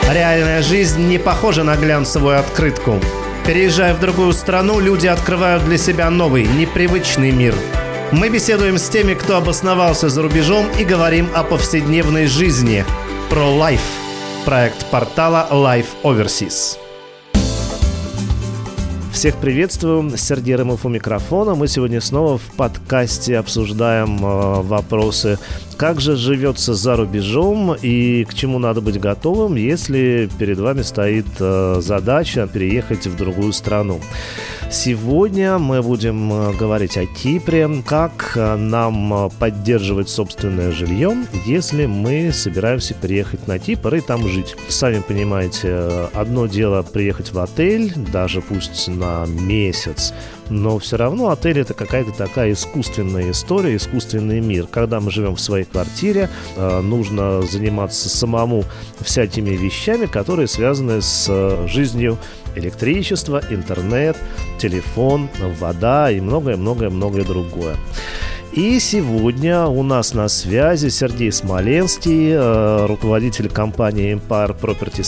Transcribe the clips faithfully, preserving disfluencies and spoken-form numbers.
Реальная жизнь не похожа на глянцевую открытку. Переезжая в другую страну, люди открывают для себя новый, непривычный мир. Мы беседуем с теми, кто обосновался за рубежом, и говорим о повседневной жизни. Про Life. Проект портала Life Overseas. Всех приветствую, Сергей Рымов у микрофона. Мы сегодня снова в подкасте обсуждаем э, вопросы, как же живется за рубежом и к чему надо быть готовым, если перед вами стоит э, задача переехать в другую страну. Сегодня мы будем говорить о Кипре, как нам поддерживать собственное жилье, если мы собираемся переехать на Кипр и там жить. Сами понимаете, одно дело приехать в отель, даже пусть на месяц, но все равно отель — это какая-то такая искусственная история, искусственный мир. Когда мы живем в своей квартире, нужно заниматься самому всякими вещами, которые связаны с жизнью: электричество, интернет, телефон, вода и многое-многое-многое другое. И сегодня у нас на связи Сергей Смоленский, руководитель компании Empire Property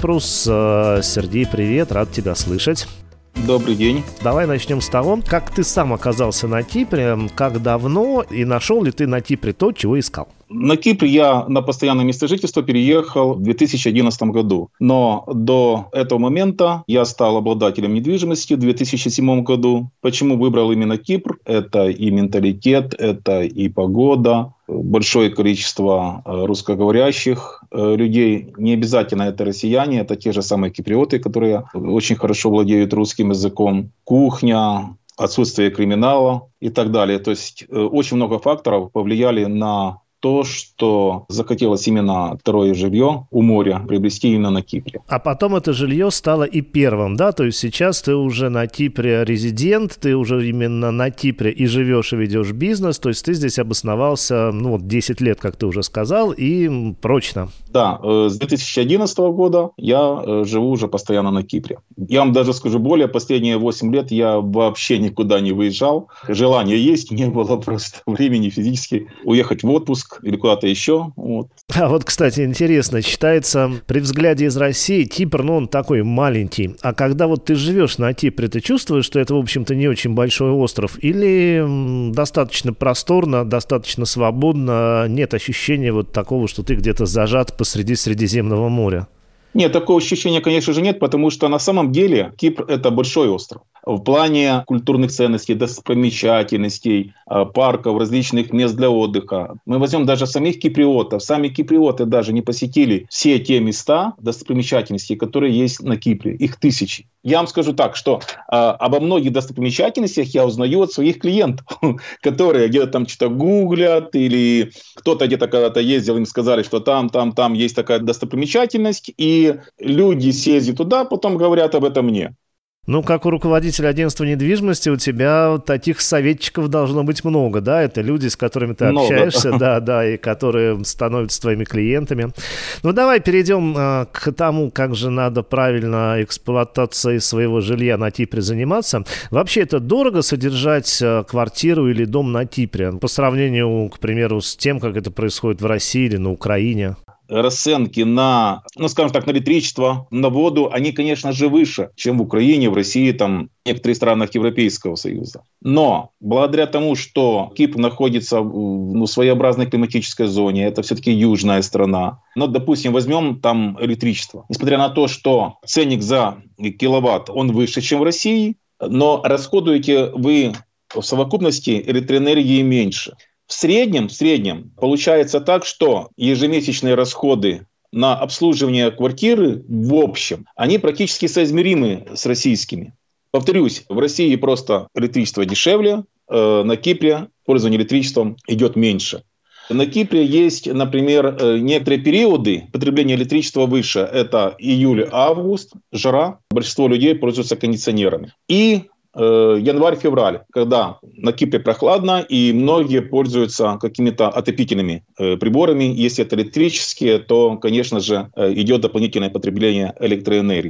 Cyprus. Сергей, привет, рад тебя слышать. Добрый день. Давай начнем с того, как ты сам оказался на Кипре, как давно и нашел ли ты на Кипре то, чего искал? На Кипр я на постоянное место жительства переехал в две тысячи одиннадцатом году. Но до этого момента я стал обладателем недвижимости в две тысячи седьмом году. Почему выбрал именно Кипр? Это и менталитет, это и погода, большое количество русскоговорящих людей. Не обязательно это россияне, это те же самые киприоты, которые очень хорошо владеют русским языком. Кухня, отсутствие криминала и так далее. То есть очень много факторов повлияли на то, что захотелось именно второе жилье у моря приобрести именно на Кипре. А потом это жилье стало и первым, да? То есть сейчас ты уже на Кипре резидент, ты уже именно на Кипре и живешь, и ведешь бизнес, то есть ты здесь обосновался, ну вот десять лет, как ты уже сказал, и прочно. Да, с две тысячи одиннадцатого года я живу уже постоянно на Кипре. Я вам даже скажу более, последние восемь лет я вообще никуда не выезжал. Желание есть, не было просто времени физически уехать в отпуск или куда-то еще. Вот. А вот, кстати, интересно, считается, при взгляде из России Кипр, ну, он такой маленький. А когда вот ты живешь на Кипре, ты чувствуешь, что это, в общем-то, не очень большой остров? Или м, достаточно просторно, достаточно свободно, нет ощущения вот такого, что ты где-то зажат посреди Средиземного моря? Нет, такого ощущения, конечно же, нет, потому что на самом деле Кипр – это большой остров. В плане культурных ценностей, достопримечательностей, парков, различных мест для отдыха. Мы возьмем даже самих киприотов. Сами киприоты даже не посетили все те места, достопримечательности, которые есть на Кипре. Их тысячи. Я вам скажу так, что э, обо многих достопримечательностях я узнаю от своих клиентов, которые где-то там что-то гуглят, или кто-то где-то когда-то ездил, им сказали, что там, там, там есть такая достопримечательность, и люди съездят туда, потом говорят об этом мне. Ну, как у руководителя агентства недвижимости, у тебя таких советчиков должно быть много, да? Это люди, с которыми ты много. общаешься, да, да, и которые становятся твоими клиентами. Ну, давай перейдем э, к тому, как же надо правильно эксплуатацией своего жилья на Кипре заниматься. Вообще, это дорого содержать э, квартиру или дом на Кипре по сравнению, к примеру, с тем, как это происходит в России или на Украине? Расценки на, ну, скажем так, на электричество, на воду, они, конечно же, выше, чем в Украине, в России, там, в некоторых странах Европейского Союза. Но благодаря тому, что Кипр находится в ну, своеобразной климатической зоне, это все-таки южная страна. Но, допустим, возьмем там электричество. Несмотря на то, что ценник за киловатт, он выше, чем в России, но расходуете вы в совокупности электроэнергии меньше. В среднем, в среднем получается так, что ежемесячные расходы на обслуживание квартиры в общем, они практически соизмеримы с российскими. Повторюсь, в России просто электричество дешевле, э, на Кипре пользование электричеством идет меньше. На Кипре есть, например, некоторые периоды потребления электричества выше. Это июль-август, жара, большинство людей пользуются кондиционерами. И январь-февраль, когда на Кипре прохладно, и многие пользуются какими-то отопительными э, приборами. Если это электрические, то, конечно же, э, идет дополнительное потребление электроэнергии.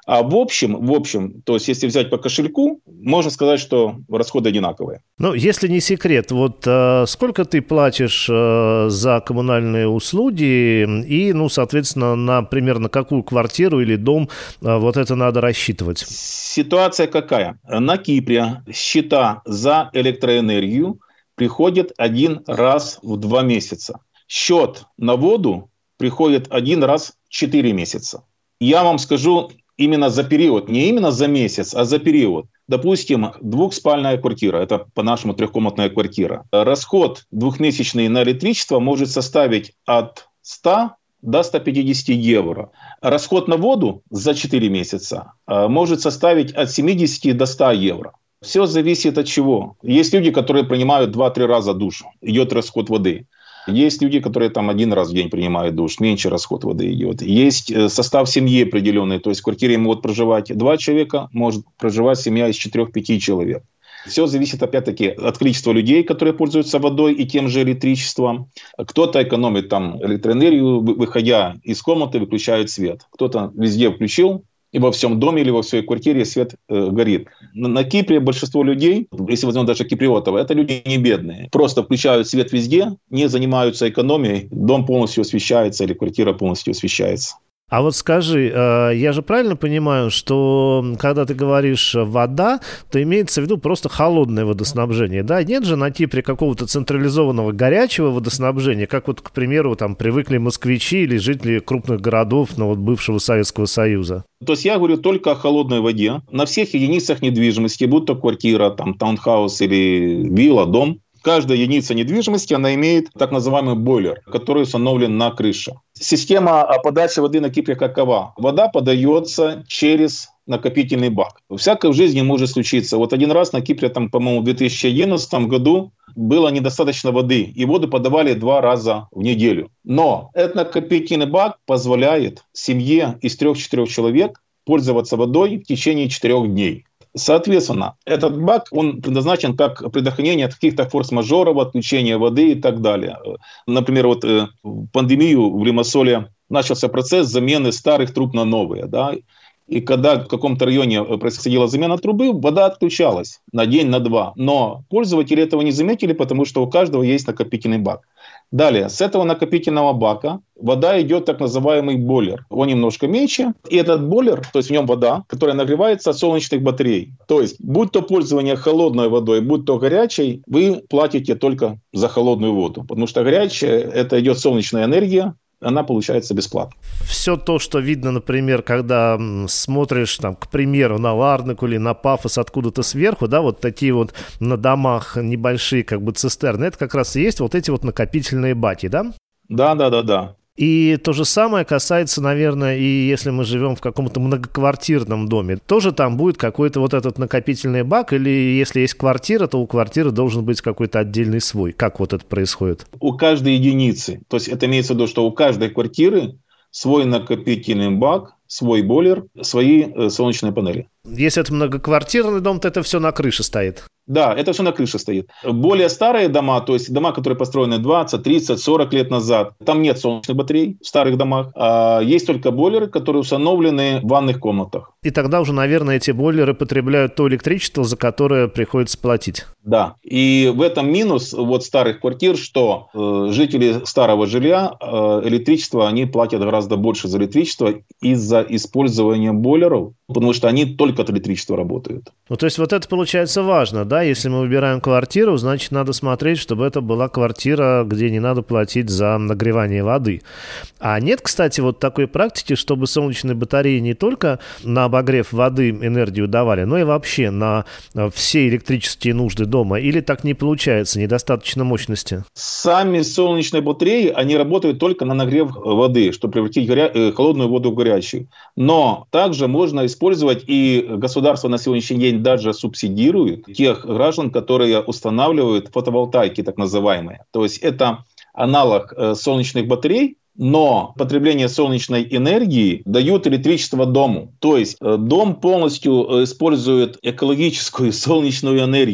А в общем, в общем, то есть если взять по кошельку, можно сказать, что расходы одинаковые. Ну, если не секрет, вот э, сколько ты платишь э, за коммунальные услуги и, ну, соответственно, на примерно какую квартиру или дом э, вот это надо рассчитывать? Ситуация какая? На Кипре счета за электроэнергию приходят один раз в два месяца. Счет на воду приходит один раз в четыре месяца. Я вам скажу именно за период, не именно за месяц, а за период. Допустим, двухспальная квартира, это по-нашему трехкомнатная квартира. Расход двухмесячный на электричество может составить от ста до ста пятидесяти евро. Расход на воду за четыре месяца может составить от семидесяти до ста евро. Все зависит от чего. Есть люди, которые принимают два-три раза душ, идет расход воды. Есть люди, которые там один раз в день принимают душ, меньше расход воды идет. Есть состав семьи определенный, то есть в квартире могут проживать два человека, может проживать семья из четырех-пяти человек. Все зависит, опять-таки, от количества людей, которые пользуются водой и тем же электричеством. Кто-то экономит там электроэнергию, выходя из комнаты, выключает свет. Кто-то везде включил, и во всем доме или во всей квартире свет э, горит. На, на Кипре большинство людей, если возьмем даже киприотов, это люди не бедные. Просто включают свет везде, не занимаются экономией, дом полностью освещается или квартира полностью освещается. А вот скажи, я же правильно понимаю, что когда ты говоришь вода, то имеется в виду просто холодное водоснабжение, да? Нет же на Кипре какого-то централизованного горячего водоснабжения, как вот, к примеру, там привыкли москвичи или жители крупных городов, ну, вот, бывшего Советского Союза? То есть я говорю только о холодной воде. На всех единицах недвижимости, будь то квартира, там, таунхаус или вилла, дом, каждая единица недвижимости, она имеет так называемый бойлер, который установлен на крыше. Система подачи воды на Кипре какова? Вода подается через накопительный бак. Всякое в жизни может случиться. Вот один раз на Кипре, там, по-моему, в две тысячи одиннадцатом году было недостаточно воды, и воду подавали два раза в неделю. Но этот накопительный бак позволяет семье из трех-четырех человек пользоваться водой в течение четырех дней. Соответственно, этот бак, он предназначен как предохранение от каких-то форс-мажоров, отключения воды и так далее. Например, вот э, в пандемию в Лимассоле начался процесс замены старых труб на новые. Да? И когда в каком-то районе происходила замена трубы, вода отключалась на день, на два. Но пользователи этого не заметили, потому что у каждого есть накопительный бак. Далее, с этого накопительного бака вода идет так называемый бойлер. Он немножко меньше. И этот бойлер, то есть в нем вода, которая нагревается от солнечных батарей. То есть, будь то пользование холодной водой, будь то горячей, вы платите только за холодную воду. Потому что горячая, это идет солнечная энергия, она получается бесплатно. Все то, что видно, например, когда смотришь, там, к примеру, на Ларнаку или на Пафос откуда-то сверху, да, вот такие вот на домах небольшие как бы цистерны, это как раз и есть вот эти вот накопительные баки, да? Да, да, да, да. И то же самое касается, наверное, и если мы живем в каком-то многоквартирном доме, тоже там будет какой-то вот этот накопительный бак, или если есть квартира, то у квартиры должен быть какой-то отдельный свой. Как вот это происходит? У каждой единицы, то есть это имеется в виду, что у каждой квартиры свой накопительный бак, свой бойлер, свои э, солнечные панели. Если это многоквартирный дом, то это все на крыше стоит. Да, это все на крыше стоит. Более старые дома, то есть дома, которые построены двадцать, тридцать, сорок лет назад, там нет солнечных батарей в старых домах, а есть только бойлеры, которые установлены в ванных комнатах. И тогда уже, наверное, эти бойлеры потребляют то электричество, за которое приходится платить. Да, и в этом минус вот старых квартир, что э, жители старого жилья э, электричество, они платят гораздо больше за электричество из-за использования бойлеров, потому что они только от электричества работают. Ну, то есть вот это получается важно, да? Если мы выбираем квартиру, значит, надо смотреть, чтобы это была квартира, где не надо платить за нагревание воды. А нет, кстати, вот такой практики, чтобы солнечные батареи не только на обогрев воды энергию давали, но и вообще на все электрические нужды дома? Или так не получается, недостаточно мощности? Сами солнечные батареи, они работают только на нагрев воды, чтобы превратить горя... холодную воду в горячую. Но также можно использовать, и государство на сегодняшний день даже субсидирует тех граждан, которые устанавливают фотовольтайки, так называемые. То есть это аналог э, солнечных батарей, но потребление солнечной энергии дает электричество дому. То есть э, дом полностью использует экологическую солнечную энергию.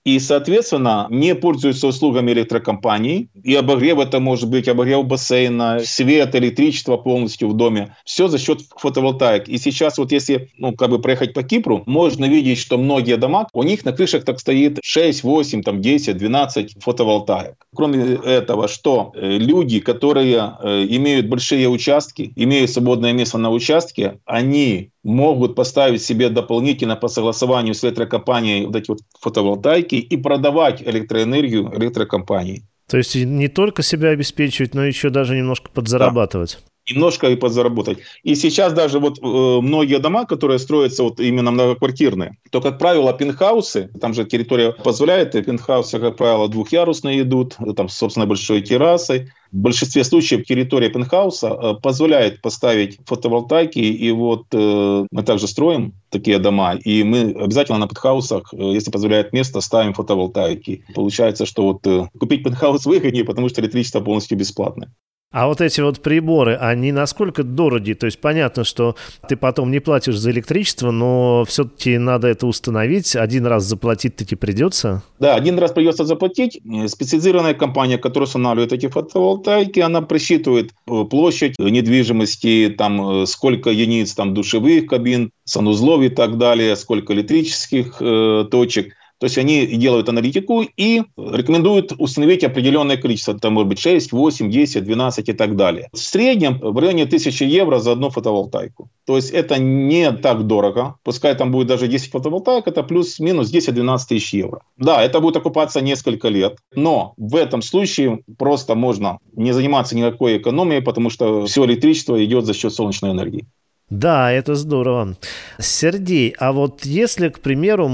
и, соответственно, не пользуются услугами электрокомпаний. И обогрев это может быть, обогрев бассейна, свет, электричество полностью в доме. Все за счет фотоволтаик. И сейчас вот если ну, как бы проехать по Кипру, можно видеть, что многие дома, у них на крышах так стоит шесть, восемь, там, десять, двенадцать фотоволтаек. Кроме этого, что люди, которые имеют большие участки, имеют свободное место на участке, они могут поставить себе дополнительно по согласованию с электрокомпанией вот эти вот фотоволтайки и продавать электроэнергию электрокомпании. То есть не только себя обеспечивать, но еще даже немножко подзарабатывать. Да. Немножко и подзаработать. И сейчас даже вот э, многие дома, которые строятся вот именно многоквартирные, то, как правило, пентхаусы, там же территория позволяет, и пентхаусы, как правило, двухъярусные идут, там, собственно, большой террасой. В большинстве случаев территория пентхауса э, позволяет поставить фотоволтайки, и вот э, мы также строим такие дома, и мы обязательно на пентхаусах, э, если позволяет место, ставим фотоволтайки. Получается, что вот э, купить пентхаус выгоднее, потому что электричество полностью бесплатное. А вот эти вот приборы, они насколько дороги? То есть понятно, что ты потом не платишь за электричество, но все-таки надо это установить. Один раз заплатить таки придется? Да, один раз придется заплатить. Специализированная компания, которая устанавливает эти фотоволтайки, она просчитывает площадь недвижимости, там, сколько единиц там, душевых кабин, санузлов и так далее, сколько электрических э, точек. То есть они делают аналитику и рекомендуют установить определенное количество. Это может быть шесть, восемь, десять, двенадцать и так далее. В среднем в районе тысячи евро за одну фотоволтайку. То есть это не так дорого. Пускай там будет даже десять фотоволтаек, это плюс-минус десять-двенадцать тысяч евро. Да, это будет окупаться несколько лет. Но в этом случае просто можно не заниматься никакой экономией, потому что все электричество идет за счет солнечной энергии. Да, это здорово. Сергей, а вот если, к примеру,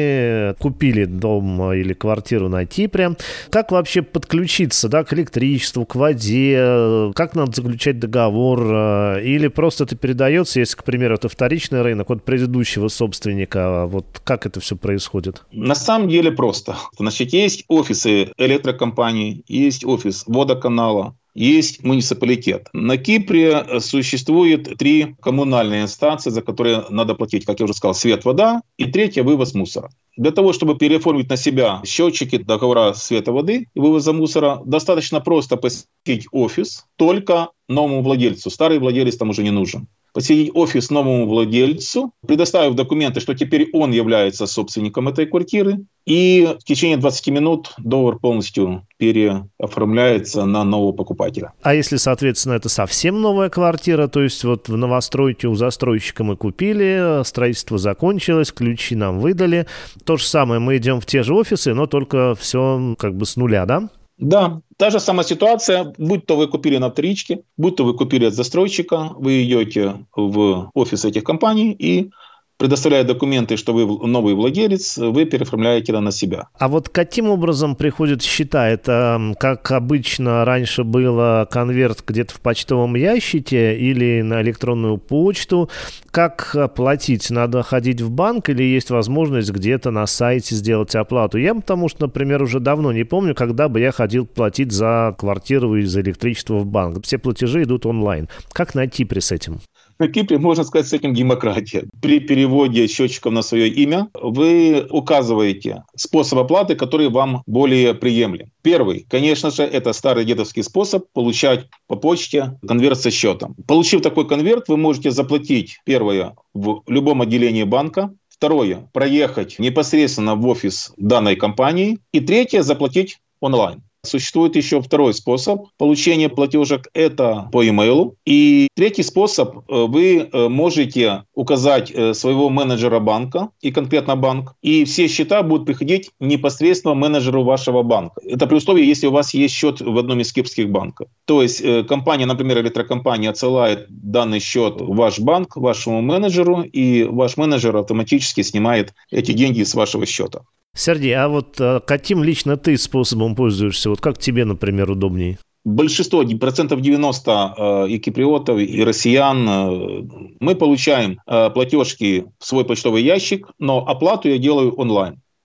мы купили дом или квартиру на Кипре, как вообще подключиться, да, к электричеству, к воде, как надо заключать договор, или просто это передается, если, к примеру, это вторичный рынок от предыдущего собственника, вот как это все происходит? На самом деле просто. Значит, есть офисы электрокомпаний, есть офис водоканала, есть муниципалитет. На Кипре существует три коммунальные инстанции, за которые надо платить, как я уже сказал, свет, вода, и третья – вывоз мусора. Для того, чтобы переоформить на себя счетчики договора света, воды и вывоза мусора, достаточно просто посетить офис только новому владельцу. Старый владелец там уже не нужен. Посетить офис новому владельцу, предоставив документы, что теперь он является собственником этой квартиры, и в течение двадцати минут договор полностью переоформляется на нового покупателя. А если, соответственно, это совсем новая квартира, то есть вот в новостройке у застройщика мы купили, строительство закончилось, ключи нам выдали, то же самое, мы идем в те же офисы, но только все как бы с нуля, да? Да, та же самая ситуация, будь то вы купили на вторичке, будь то вы купили от застройщика, вы идете в офис этих компаний и, предоставляя документы, что вы новый владелец, вы переоформляете это на себя. А вот каким образом приходят счета? Это, как обычно раньше было, конверт где-то в почтовом ящике или на электронную почту? Как платить? Надо ходить в банк или есть возможность где-то на сайте сделать оплату? Я потому что, например, уже давно не помню, когда бы я ходил платить за квартиру и за электричество в банк. Все платежи идут онлайн. Как на Кипре с этим? На Кипре, можно сказать, с этим демократия. При переводе счетчиков на свое имя вы указываете способ оплаты, который вам более приемлем. Первый, конечно же, это старый дедовский способ получать по почте конверт со счетом. Получив такой конверт, вы можете заплатить, первое, в любом отделении банка. Второе, проехать непосредственно в офис данной компании. И третье, заплатить онлайн. Существует еще второй способ получения платежек, это по e-mail. И третий способ, вы можете указать своего менеджера банка и конкретно банк, и все счета будут приходить непосредственно менеджеру вашего банка. Это при условии, если у вас есть счет в одном из кипрских банков. То есть компания, например, электрокомпания отсылает данный счет в ваш банк, вашему менеджеру, и ваш менеджер автоматически снимает эти деньги с вашего счета. Сергей, а вот каким лично ты способом пользуешься? Вот как тебе, например, удобнее? Большинство, процентов девяносто и киприотов, и россиян, мы получаем платежки в свой почтовый ящик, но оплату я делаю онлайн.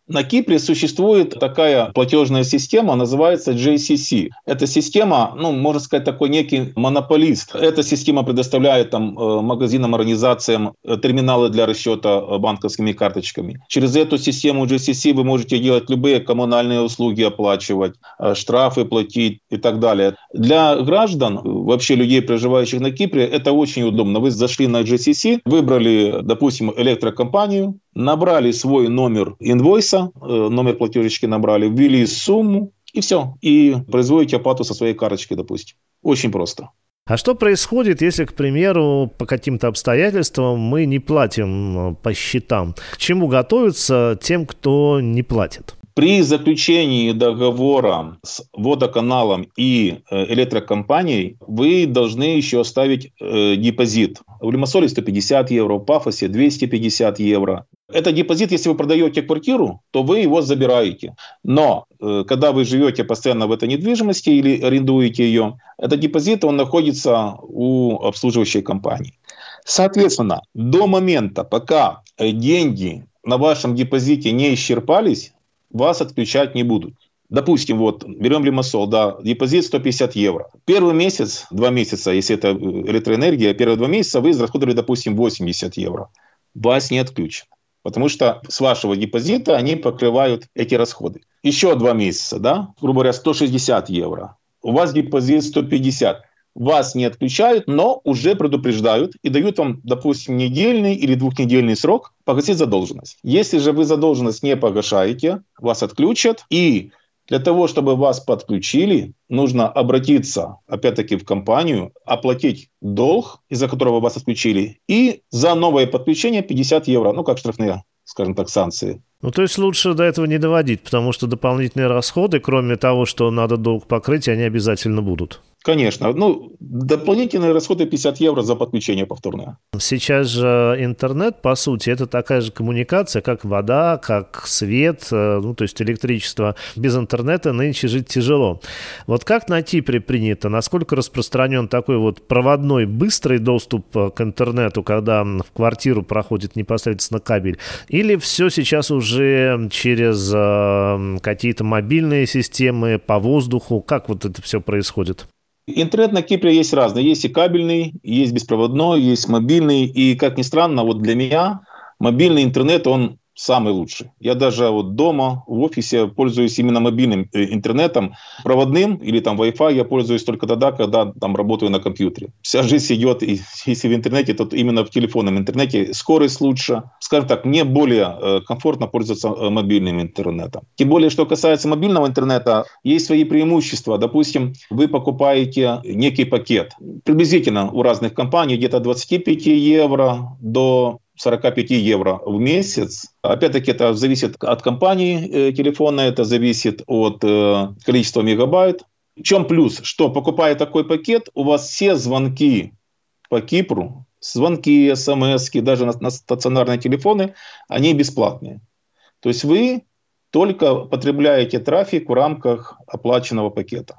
На Кипре существует такая платежная система, называется джей си си. Эта система, ну, можно сказать, такой некий монополист. Эта система предоставляет там магазинам, организациям терминалы для расчета банковскими карточками. Через эту систему джей си си вы можете делать любые коммунальные услуги, оплачивать, штрафы платить и так далее. Для граждан, вообще людей, проживающих на Кипре, это очень удобно. Вы зашли на джей си си, выбрали, допустим, электрокомпанию, набрали свой номер инвойса, номер платежечки набрали, ввели сумму и все. И производите оплату со своей карточки, допустим. Очень просто. А что происходит, если, к примеру, по каким-то обстоятельствам мы не платим по счетам? К чему готовиться тем, кто не платит? При заключении договора с водоканалом и электрокомпанией вы должны еще оставить э, депозит. В Лимассоле сто пятьдесят евро, в Пафосе двести пятьдесят евро. Это депозит, если вы продаете квартиру, то вы его забираете. Но э, когда вы живете постоянно в этой недвижимости или арендуете ее, этот депозит, он находится у обслуживающей компании. Соответственно, до момента, пока деньги на вашем депозите не исчерпались, вас отключать не будут. Допустим, вот берем Лимассол, да, депозит сто пятьдесят евро. Первый месяц, два месяца, если это электроэнергия, первые два месяца вы израсходовали, допустим, восемьдесят евро. Вас не отключат, потому что с вашего депозита они покрывают эти расходы. Еще два месяца, да, грубо говоря, сто шестьдесят евро. У вас депозит сто пятьдесят. Вас не отключают, но уже предупреждают и дают вам, допустим, недельный или двухнедельный срок погасить задолженность. Если же вы задолженность не погашаете, вас отключат. И для того, чтобы вас подключили, нужно обратиться, опять-таки, в компанию, оплатить долг, из-за которого вас отключили, и за новое подключение пятьдесят евро, ну, как штрафные, скажем так, санкции. Ну, то есть лучше до этого не доводить, потому что дополнительные расходы, кроме того, что надо долг покрыть, они обязательно будут. Конечно. Ну, дополнительные расходы пятьдесят евро за подключение повторное. Сейчас же интернет, по сути, это такая же коммуникация, как вода, как свет, ну, то есть электричество. Без интернета нынче жить тяжело. Вот как на Кипре принято? Насколько распространен такой вот проводной быстрый доступ к интернету, когда в квартиру проходит непосредственно кабель? Или все сейчас уже через э, какие-то мобильные системы, по воздуху? Как вот это все происходит? Интернет на Кипре есть разный. Есть и кабельный, есть беспроводной, есть мобильный. И, как ни странно, вот для меня мобильный интернет, он самый лучший. Я даже вот дома, в офисе пользуюсь именно мобильным интернетом. Проводным или там Wi-Fi я пользуюсь только тогда, когда там работаю на компьютере. Вся жизнь идет, и, если в интернете, то именно в телефонном интернете. Скорость лучше. Скажем так, мне более комфортно пользоваться мобильным интернетом. Тем более, что касается мобильного интернета, есть свои преимущества. Допустим, вы покупаете некий пакет. Приблизительно у разных компаний где-то от двадцати пяти евро до сорок пять евро в месяц. Опять-таки, это зависит от компании э, телефона, это зависит от э, количества мегабайт. В чем плюс? Что, покупая такой пакет, у вас все звонки по Кипру, звонки, смс, даже на, на стационарные телефоны, они бесплатные. То есть вы только потребляете трафик в рамках оплаченного пакета.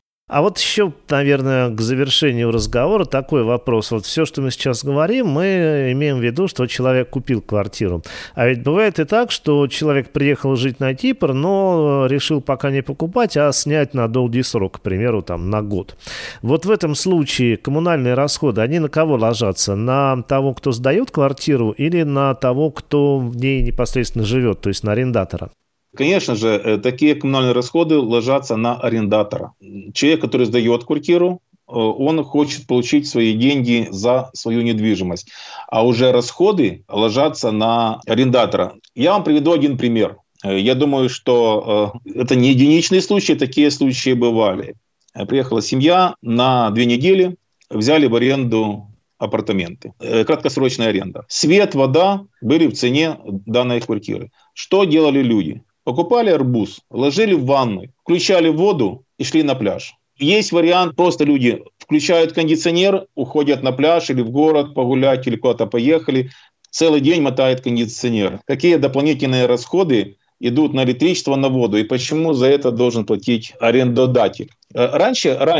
А вот еще, наверное, к завершению разговора такой вопрос. Вот все, что мы сейчас говорим, мы имеем в виду, что человек купил квартиру. А ведь бывает и так, что человек приехал жить на Кипр, но решил пока не покупать, а снять на долгий срок, к примеру, там, на год. Вот в этом случае коммунальные расходы, они на кого ложатся? На того, кто сдает квартиру, или на того, кто в ней непосредственно живет, то есть на арендатора? Конечно же, такие коммунальные расходы ложатся на арендатора. Человек, который сдает квартиру, он хочет получить свои деньги за свою недвижимость. А уже расходы ложатся на арендатора. Я вам приведу один пример. Я думаю, что это не единичные случаи, такие случаи бывали. Приехала семья на две недели, взяли в аренду апартаменты. Краткосрочная аренда. Свет, вода были в цене данной квартиры. Что делали люди? Покупали арбуз, ложили в ванну, включали воду и шли на пляж. Есть вариант, просто люди включают кондиционер, уходят на пляж или в город погулять, или куда-то поехали. Целый день мотает кондиционер. Какие дополнительные расходы идут на электричество, на воду? И почему за это должен платить арендодатель? Раньше, раньше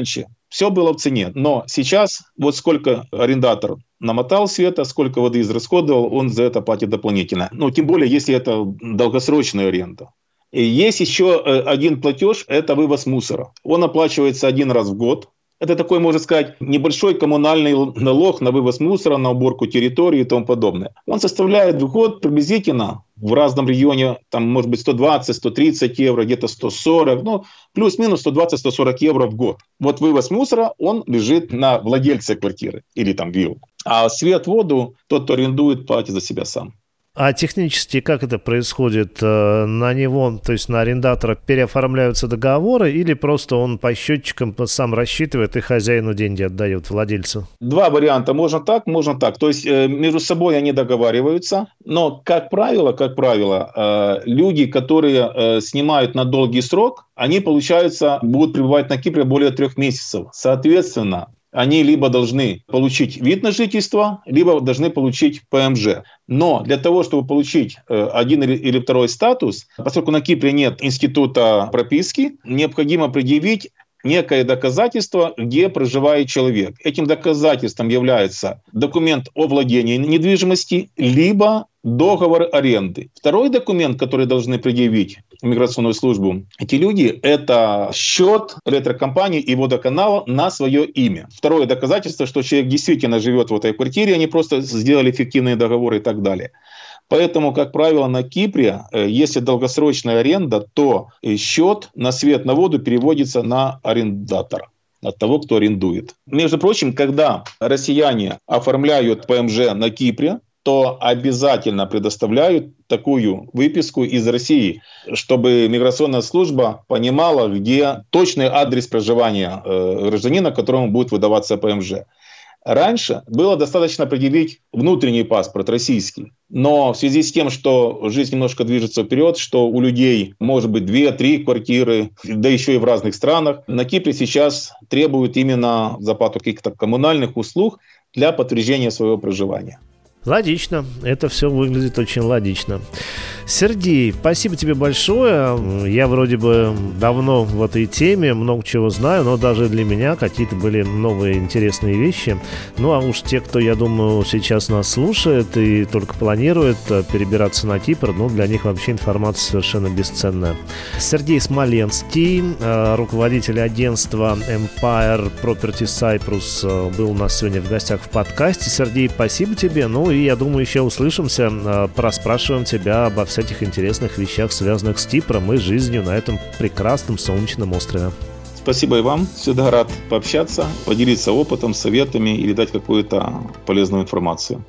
все было в цене. Но сейчас вот сколько арендатор намотал света, сколько воды израсходовал, он за это платит дополнительно. Ну, тем более, если это долгосрочная аренда. И есть еще один платеж, это вывоз мусора. Он оплачивается один раз в год. Это такой, можно сказать, небольшой коммунальный налог на вывоз мусора, на уборку территории и тому подобное. Он составляет в год приблизительно в разном регионе, там может быть сто двадцать - сто тридцать евро, где-то сто сорок, ну плюс-минус сто двадцать - сто сорок евро в год. Вот вывоз мусора, он лежит на владельце квартиры или там виллы. А свет, воду тот, кто арендует, платит за себя сам. А технически как это происходит? На него, то есть на арендатора, переоформляются договоры или просто он по счетчикам сам рассчитывает и хозяину деньги отдает, владельцу? Два варианта. Можно так, можно так. То есть между собой они договариваются, но, как правило, как правило, люди, которые снимают на долгий срок, они, получается, будут пребывать на Кипре более трех месяцев. Соответственно, они либо должны получить вид на жительство, либо должны получить ПМЖ. Но для того, чтобы получить один или второй статус, поскольку на Кипре нет института прописки, необходимо предъявить некое доказательство, где проживает человек. Этим доказательством является документ о владении недвижимости, либо договор аренды. Второй документ, который должны предъявить в миграционную службу эти люди, это счет электрокомпании и водоканала на свое имя. Второе доказательство, что человек действительно живет в этой квартире, они просто сделали фиктивные договоры и так далее. Поэтому, как правило, на Кипре, если долгосрочная аренда, то счет на свет, на воду переводится на арендатора, от того, кто арендует. Между прочим, когда россияне оформляют ПМЖ на Кипре, то обязательно предоставляют такую выписку из России, чтобы миграционная служба понимала, где точный адрес проживания гражданина, которому будет выдаваться ПМЖ. Раньше было достаточно предъявить внутренний паспорт, российский. Но в связи с тем, что жизнь немножко движется вперед, что у людей может быть две-три квартиры, да еще и в разных странах, на Кипре сейчас требуют именно заплату каких-то коммунальных услуг для подтверждения своего проживания. Логично. Это все выглядит очень логично. Сергей, спасибо тебе большое. Я вроде бы давно в этой теме, много чего знаю, но даже для меня какие-то были новые интересные вещи. Ну а уж те, кто, я думаю, сейчас нас слушает и только планирует перебираться на Кипр, ну для них вообще информация совершенно бесценная. Сергей Смоленский, руководитель агентства Empire Property Cyprus, был у нас сегодня в гостях в подкасте. Сергей, спасибо тебе. Ну и я думаю, еще услышимся, проспрашиваем тебя обо всяких интересных вещах, связанных с Кипром и жизнью на этом прекрасном солнечном острове. Спасибо и вам. Всегда рад пообщаться, поделиться опытом, советами или дать какую-то полезную информацию.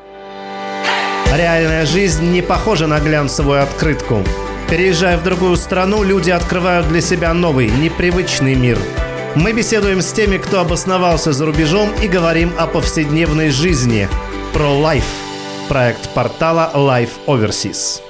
Реальная жизнь не похожа на глянцевую открытку. Переезжая в другую страну, люди открывают для себя новый, непривычный мир. Мы беседуем с теми, кто обосновался за рубежом, и говорим о повседневной жизни. Про Life. Проект портала Life Overseas.